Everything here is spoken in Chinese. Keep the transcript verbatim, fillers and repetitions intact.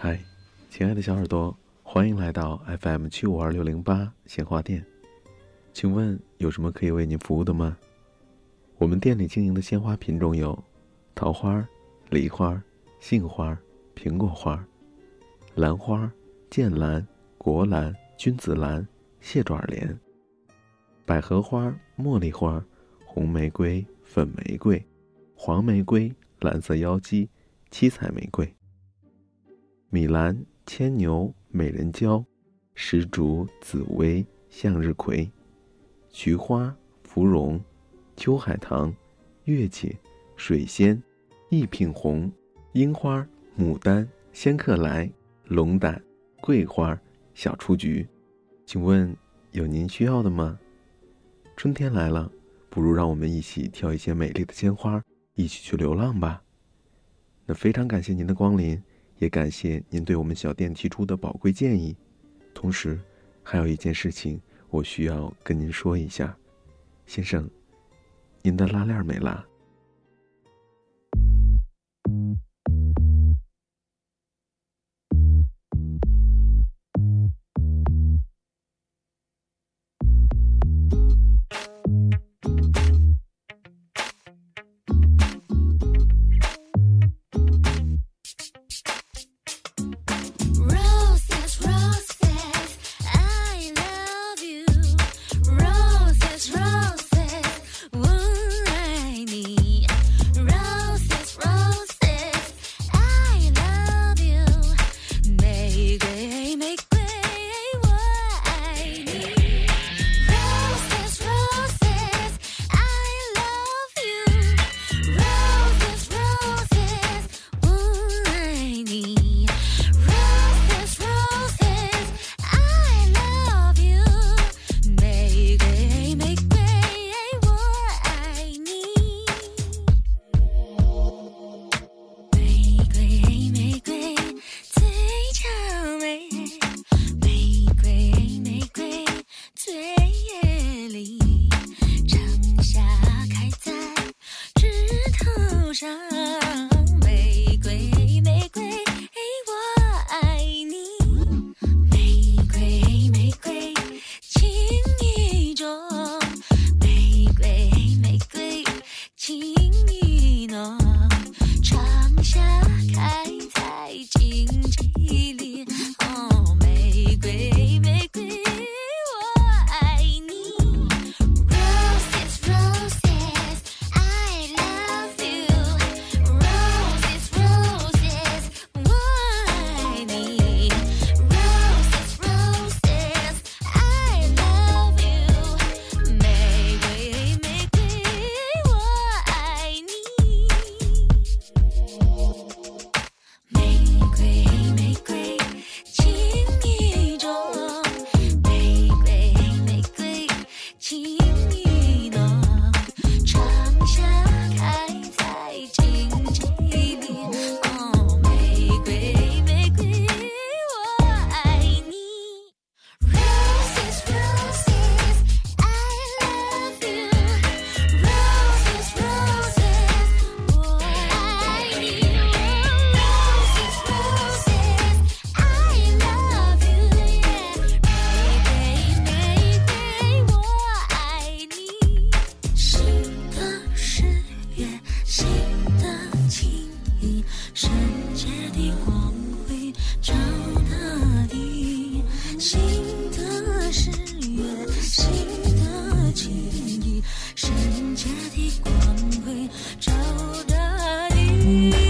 嗨，亲爱的小耳朵，欢迎来到 F M 七五二六零八鲜花店。请问有什么可以为您服务的吗？我们店里经营的鲜花品种有桃花、梨花、杏花、苹果花、兰花、剑兰、国兰、君子兰、蟹爪莲、百合花、茉莉花、红玫瑰、粉玫瑰、黄玫瑰、蓝色妖姬、七彩玫瑰、米兰、牵牛、美人蕉、石竹、紫薇、向日葵、菊花、芙蓉、秋海棠、月季、水仙、一品红、樱花、牡丹、仙客来、龙胆、桂花、小雏菊。请问有您需要的吗？春天来了，不如让我们一起挑一些美丽的鲜花，一起去流浪吧。那非常感谢您的光临，也感谢您对我们小店提出的宝贵建议。同时还有一件事情我需要跟您说一下，先生，您的拉链没拉？ 世界的光辉照大地。